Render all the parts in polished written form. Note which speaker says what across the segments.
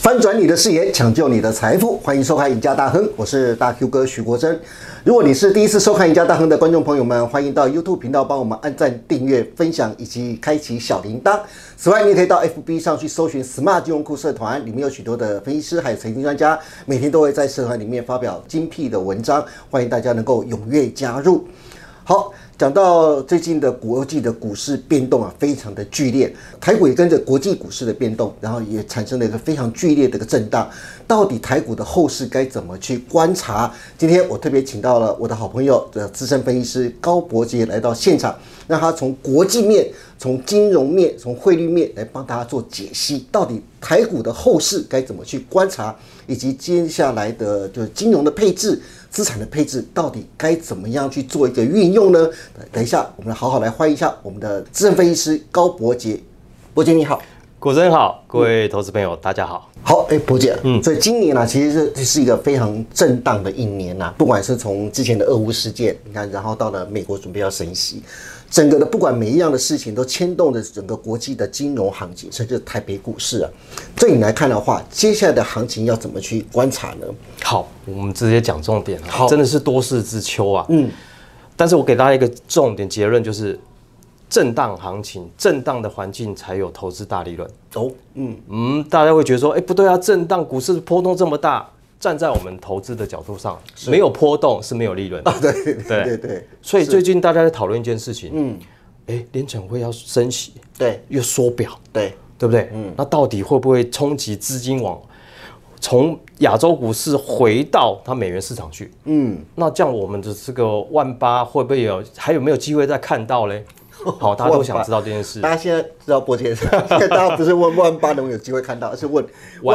Speaker 1: 翻转你的视野，抢救你的财富，欢迎收看《赢家大亨》，我是大 Q 哥徐国珍。如果你是第一次收看《赢家大亨》的观众朋友们，欢迎到 YouTube 频道帮我们按赞、订阅、分享以及开启小铃铛。此外，你也可以到 FB 上去搜寻 Smart 金融库社团，里面有许多的分析师还有财经专家，每天都会在社团里面发表精辟的文章，欢迎大家能够踊跃加入。好，讲到最近的国际的股市变动啊，非常的剧烈，台股也跟着国际股市的变动，然后也产生了一个非常剧烈的一个震荡。到底台股的后市该怎么去观察？今天我特别请到了我的好朋友的资深分析师高博杰来到现场，让他从国际面、从金融面、从汇率面来帮大家做解析。到底台股的后市该怎么去观察，以及接下来的就是金融的配置、资产的配置，到底该怎么样去做一个运用呢？等一下，我们好好来欢迎一下我们的资深分析师高博杰。博杰你好。
Speaker 2: 股神好，各位投资朋友大家好。
Speaker 1: 好，博杰，所以今年呢，其实是一个非常震荡的一年呐。不管是从之前的俄乌事件，你看，然后到了美国准备要升息，整个的不管每一样的事情都牵动着整个国际的金融行情，甚至台北股市啊。对你来看的话，接下来的行情要怎么去观察呢？
Speaker 2: 好，我们直接讲重点啊，真的是多事之秋啊。但是我给大家一个重点结论就是。震荡行情，震荡的环境才有投资大利润。大家会觉得说，不对啊，震荡股市波动这么大，站在我们投资的角度上，没有波动是没有利润的。对。所以最近大家在讨论一件事情，联准会要升息，对，又缩表，对不对？那到底会不会冲击资金往从亚洲股市回到它美元市场去？那这样我们的这个18000会不会还有没有机会再看到嘞？好，大家都想知道这件事。
Speaker 1: 大家现在知道博杰，现在大家不是问18000能不能有机会看到，而是问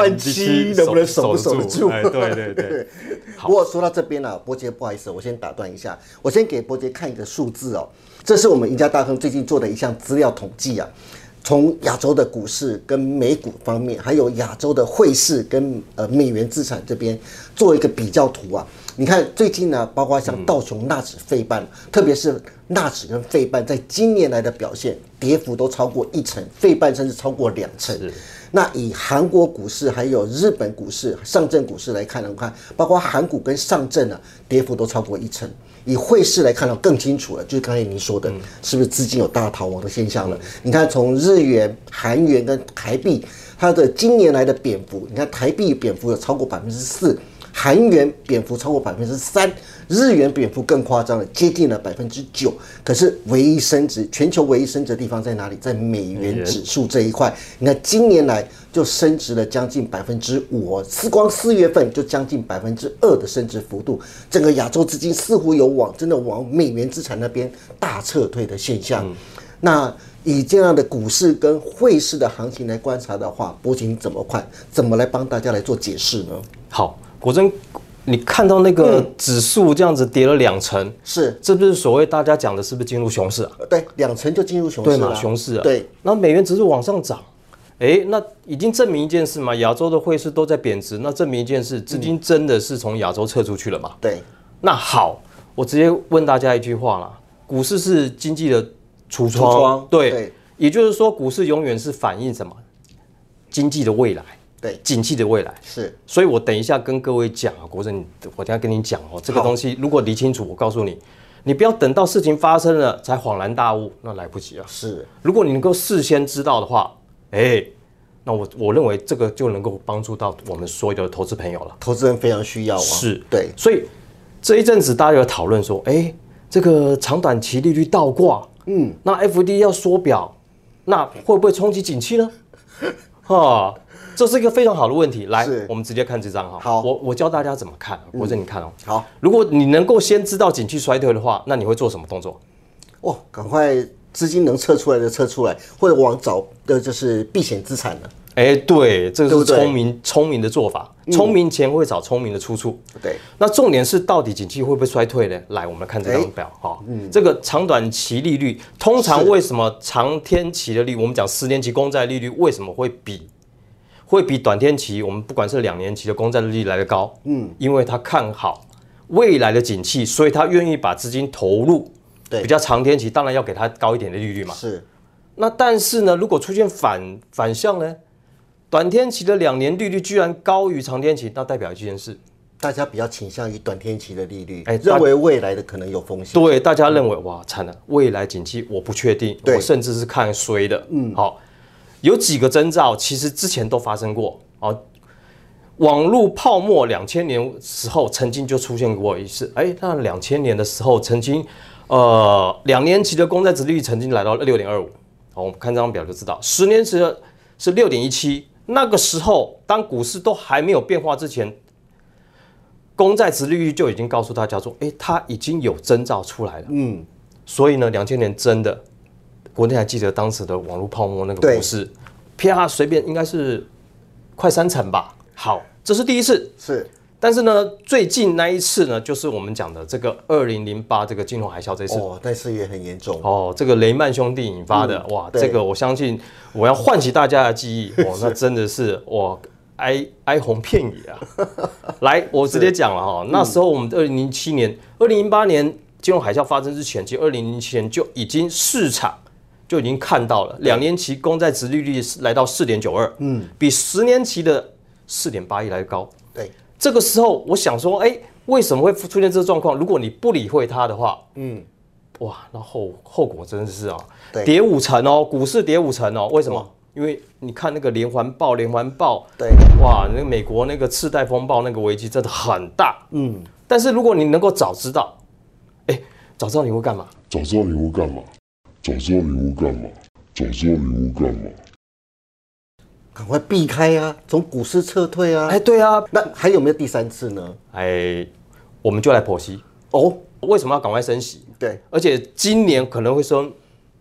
Speaker 1: 17000能不能守得住。对。不过说到这边博杰不好意思，我先打断一下，我先给博杰看一个数字哦，这是我们赢家大亨最近做的一项资料统计啊。从亚洲的股市跟美股方面，还有亚洲的汇市跟美元资产这边做一个比较图啊。你看最近呢，包括像道琼、纳指、费半，特别是纳指跟费半，在今年来的表现，跌幅都超过1成，费半甚至超过2成。那以韩国股市还有日本股市、上证股市来看的话，包括韩股跟上证啊，跌幅都超过1成。以汇市来看到更清楚了，就是刚才您说的，是不是资金有大逃亡的现象了？你看从日元、韩元跟台币，它的今年来的贬幅，你看台币贬幅有超过4%，韩元贬幅超过3%，日元贬幅更夸张了，接近了9%。可是唯一升值，全球唯一升值的地方在哪里？在美元指数这一块。你看今年来就升值了将近5%，光4月份就将近2%的升值幅度。整个亚洲资金似乎有真的往美元资产那边大撤退的现象。那以这样的股市跟汇市的行情来观察的话，博杰你怎么看？怎么来帮大家来做解释呢？
Speaker 2: 好，国珍，你看到那个指数这样子跌了2成，这不是所谓大家讲的是不是进入熊市啊？
Speaker 1: 对，2成就进入熊市了，
Speaker 2: 对嘛？熊市啊，
Speaker 1: 对。
Speaker 2: 然后美元指数往上涨，那已经证明一件事嘛，亚洲的汇市都在贬值，那证明一件事，资金真的是从亚洲撤出去了嘛？
Speaker 1: 对。
Speaker 2: 那好，我直接问大家一句话啦，股市是经济的橱窗，对，也就是说，股市永远是反映什么？经济的未来。对，景气的未来
Speaker 1: 是，
Speaker 2: 所以我等一下跟各位讲国珍，我等一下跟你讲这个东西如果理清楚，我告诉你，你不要等到事情发生了才恍然大悟，那来不及了。
Speaker 1: 是，
Speaker 2: 如果你能够事先知道的话，那我认为这个就能够帮助到我们所有的投资朋友了。
Speaker 1: 投资人非常需要啊。
Speaker 2: 是，
Speaker 1: 对，
Speaker 2: 所以这一阵子大家有讨论说，这个长短期利率倒挂，那 FD 要缩表，那会不会冲击景气呢？这是一个非常好的问题。来，我们直接看这张哈。好，我教大家怎么看。国珍，你看哦。
Speaker 1: 好，
Speaker 2: 如果你能够先知道景气衰退的话，那你会做什么动作？
Speaker 1: 赶快资金能撤出来的撤出来，或者往找的就是避险资产了。
Speaker 2: 对，这个是聪明的做法。聪明钱会找聪明的出处。对。那重点是到底景气会不会衰退呢？来，我们来看这张表哈。这个长短期利率，通常为什么长天期的利率，我们讲10年期公债利率为什么会比短天期，我们不管是2年期的公债利率来得高，因为他看好未来的景气，所以他愿意把资金投入比较长天期，当然要给他高一点的利率嘛。是。那但是呢，如果出现反向呢， 短天期的2年利率居然高于长天期，那代表一件事，
Speaker 1: 大家比较倾向于短天期的利率，认为未来的可能有风险。
Speaker 2: 对，大家认为哇惨了，未来景气我不确定，我甚至是看衰的。好，有几个征兆，其实之前都发生过。网络泡沫2000年时候曾经就出现过一次，那2000年的时候曾经，2年期的公债殖利率曾经来到6.25，好，我们看这张表就知道，10年期的是6.17，那个时候当股市都还没有变化之前，公债殖利率就已经告诉大家说，它已经有征兆出来了。所以呢，2000年真的，国内还记得当时的网络泡沫那个股市，啪随便应该是快3成吧。好，这是第一次。
Speaker 1: 是，
Speaker 2: 但是呢，最近那一次呢，就是我们讲的这个2008这个金融海啸这次。
Speaker 1: 那次也很严重。
Speaker 2: 这个雷曼兄弟引发的，哇，这个我相信我要唤起大家的记忆，那真的是哇。哀鸿遍野啊！来，我直接讲了哈，那时候我们2008年金融海啸发生之前，其实2007年就已经市场就已经看到了2年期公债殖利率来到4.92，比10年期的4.81来高。
Speaker 1: 对，
Speaker 2: 这个时候我想说，为什么会出现这个状况？如果你不理会它的话，哇，那后果真的是啊，跌5成哦，股市跌5成哦，为什么？因为你看那个连环爆，
Speaker 1: 对，
Speaker 2: 哇，那个美国那个次贷风暴那个危机真的很大，但是如果你能够早知道，早知道你会干嘛？
Speaker 1: 赶快避开啊，从股市撤退啊！
Speaker 2: 对啊，
Speaker 1: 那还有没有第3次呢？
Speaker 2: 我们就来剖析为什么要赶快升息？
Speaker 1: 对，
Speaker 2: 而且今年可能会升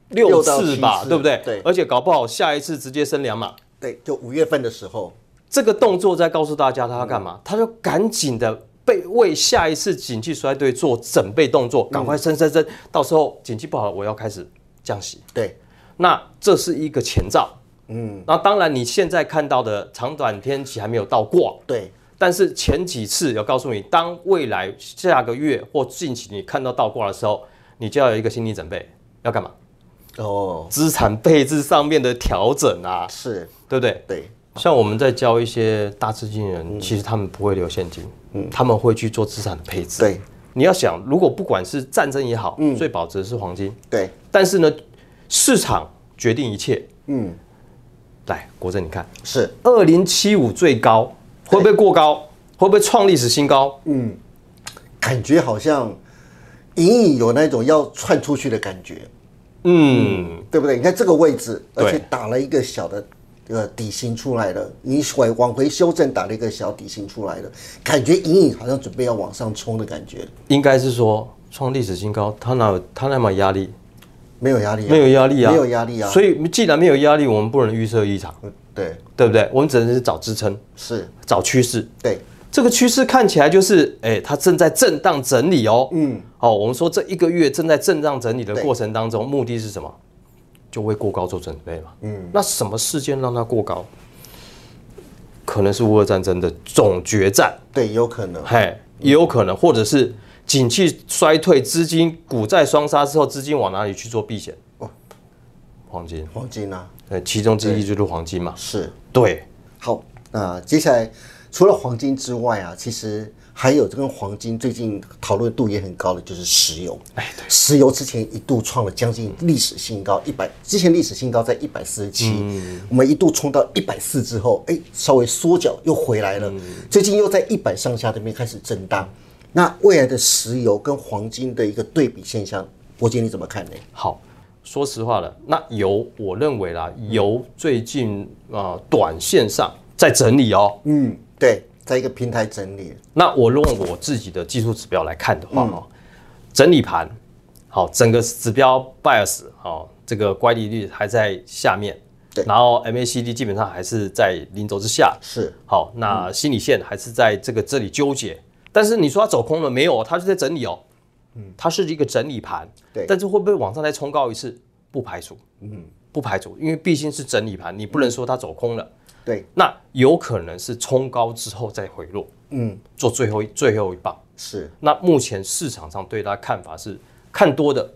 Speaker 2: 6次吧，对不对？
Speaker 1: 对，
Speaker 2: 而且搞不好下一次直接升2码。
Speaker 1: 对，就5月份的时候，
Speaker 2: 这个动作在告诉大家他要干嘛？他就赶紧的为下一次景气衰退做准备动作，赶快升，到时候景气不好了，我要开始降息。
Speaker 1: 对，
Speaker 2: 那这是一个前兆。那当然你现在看到的长短天期还没有倒挂。
Speaker 1: 对。
Speaker 2: 但是前几次有告诉你，当未来下个月或近期你看到倒挂的时候，你就要有一个心理准备，要干嘛？资产配置上面的调整啊，
Speaker 1: 是
Speaker 2: 对不对？
Speaker 1: 对，
Speaker 2: 像我们在教一些大资金人，其实他们不会留现金，他们会去做资产的配置。
Speaker 1: 对，
Speaker 2: 你要想，如果不管是战争也好，最保值的是黄金。
Speaker 1: 对，
Speaker 2: 但是呢，市场决定一切。来，国正，你看，
Speaker 1: 是
Speaker 2: 2075最高，会不会过高？会不会创历史新高？
Speaker 1: 感觉好像隐隐有那种要窜出去的感觉。对不对？你看这个位置，而且打了一个小的底薪出来了，你往回修正打了一个小底薪出来了，感觉隐隐好像准备要往上冲的感觉。
Speaker 2: 应该是说创历史新高，他那么压力？
Speaker 1: 没有压力，
Speaker 2: 没有压力啊，
Speaker 1: 没有压力啊。
Speaker 2: 所以既然没有压力，我们不能预测异常，对不对？我们只能是找支撑，
Speaker 1: 是
Speaker 2: 找趋势。
Speaker 1: 对，
Speaker 2: 这个趋势看起来就是，它正在震荡整理哦。我们说这1个月正在震荡整理的过程当中，目的是什么？就为过高做准备嘛。那什么事件让它过高？可能是乌俄战争的总决战，
Speaker 1: 对，有可能，
Speaker 2: 也有可能，或者是景气衰退，资金股债双杀之后，资金往哪里去做避险？黄金啊，其中之一就是黄金嘛。
Speaker 1: 是，
Speaker 2: 对。
Speaker 1: 好，那接下来除了黄金之外啊，其实还有跟黄金最近讨论度也很高的就是石油。
Speaker 2: 对，
Speaker 1: 石油之前一度创了将近历史新高，100，之前历史新高在147，我们一度冲到140之后，稍微缩脚又回来了，最近又在100上下这边开始震荡。那未来的石油跟黄金的一个对比现象，伯杰你怎么看呢？
Speaker 2: 好，说实话了，那油我认为啦，油最近短线上在整理哦。
Speaker 1: 对，在一个平台整理。
Speaker 2: 那我用我自己的技术指标来看的话，整理盘，好，整个指标 bias 这个乖离率还在下面，
Speaker 1: 对，
Speaker 2: 然后 MACD 基本上还是在0轴之下，
Speaker 1: 是
Speaker 2: 好，那心理线还是在这里纠结。但是你说它走空了没有？它是在整理哦，它是一个整理盘，
Speaker 1: 对。
Speaker 2: 但是会不会往上再冲高一次？不排除，不排除，因为毕竟是整理盘，你不能说它走空了，
Speaker 1: 对。
Speaker 2: 那有可能是冲高之后再回落，做最后一棒。
Speaker 1: 是。
Speaker 2: 那目前市场上对它看法是看多的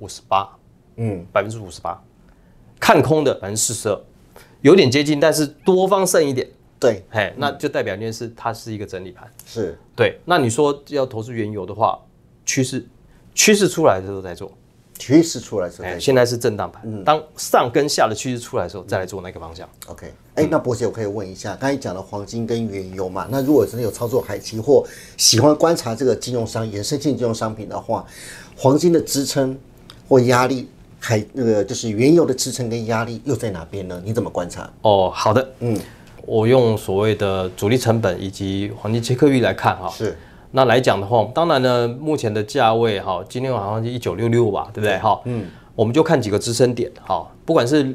Speaker 2: 58%，58%，看空的42%，有点接近，但是多方胜一点。
Speaker 1: 对，
Speaker 2: 那就代表一件事，它是一个整理盘。
Speaker 1: 是，
Speaker 2: 对。那你说要投资原油的话，趋势出来的时候再做。
Speaker 1: 趋势出来的时候，
Speaker 2: 现在是震荡盘，当上跟下的趋势出来的时候，再来做那个方向。
Speaker 1: OK， 那伯姐，我可以问一下，刚才讲了黄金跟原油嘛，那如果真的有操作海期或喜欢观察这个金融商衍生性金融商品的话，黄金的支撑或压力，就是原油的支撑跟压力又在哪边呢？你怎么观察？
Speaker 2: 好的，我用所谓的主力成本以及黄金切割率来看哈。
Speaker 1: 是。
Speaker 2: 那来讲的话，当然呢，目前的价位哈，今天好像是1966吧，对不对？哈，我们就看几个支撑点，好，不管是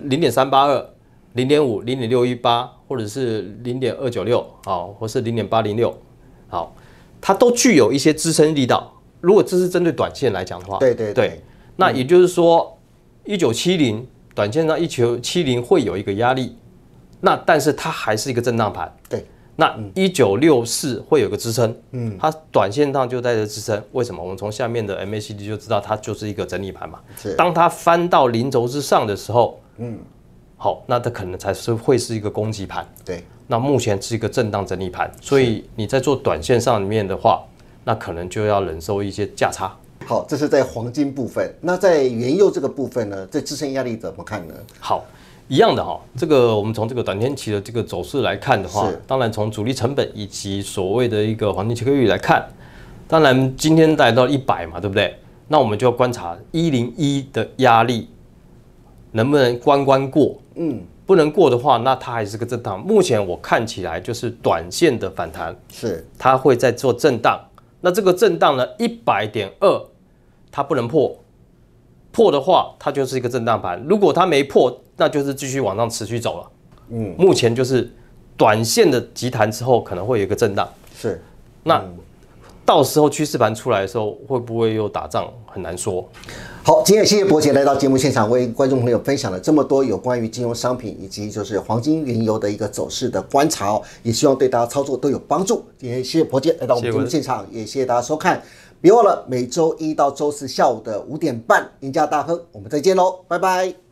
Speaker 2: 0.382、0.5、0.618，或者是0.296，好，或是0.806，好，它都具有一些支撑力道。如果这是针对短线来讲的话，对，那也就是说，1970短线上1970会有一个压力，那但是它还是一个震荡盘，
Speaker 1: 对。
Speaker 2: 那1964会有个支撑，它短线上就在这支撑。为什么？我们从下面的 MACD 就知道它就是一个整理盘嘛。当它翻到零轴之上的时候，好，那它可能才是会是一个攻击盘。
Speaker 1: 对，
Speaker 2: 那目前是一个震荡整理盘，所以你在做短线上里面的话，那可能就要忍受一些价差。
Speaker 1: 好，这是在黄金部分。那在原油这个部分呢，在支撑压力怎么看呢？
Speaker 2: 好。一样的哈，这个我们从这个短天期的这个走势来看的话，当然从主力成本以及所谓的一个黄金切割率来看，当然今天来到100嘛，对不对？那我们就要观察101的压力能不能关过，不能过的话，那它还是个震荡。目前我看起来就是短线的反弹，它会在做震荡。那这个震荡呢，100.2它不能破的话，它就是一个震荡盘。如果它没破，那就是继续往上持续走了。目前就是短线的急弹之后，可能会有一个震荡。那到时候趋势盘出来的时候，会不会又打仗，很难说。
Speaker 1: 好，今天谢谢伯杰来到节目现场，为观众朋友分享了这么多有关于金融商品以及就是黄金、原油的一个走势的观察也希望对大家操作都有帮助。今天谢谢伯杰来到我们节目现场，也谢谢大家收看。别忘了每周一到周四下午的5点半，赢家大亨，我们再见喽，拜拜。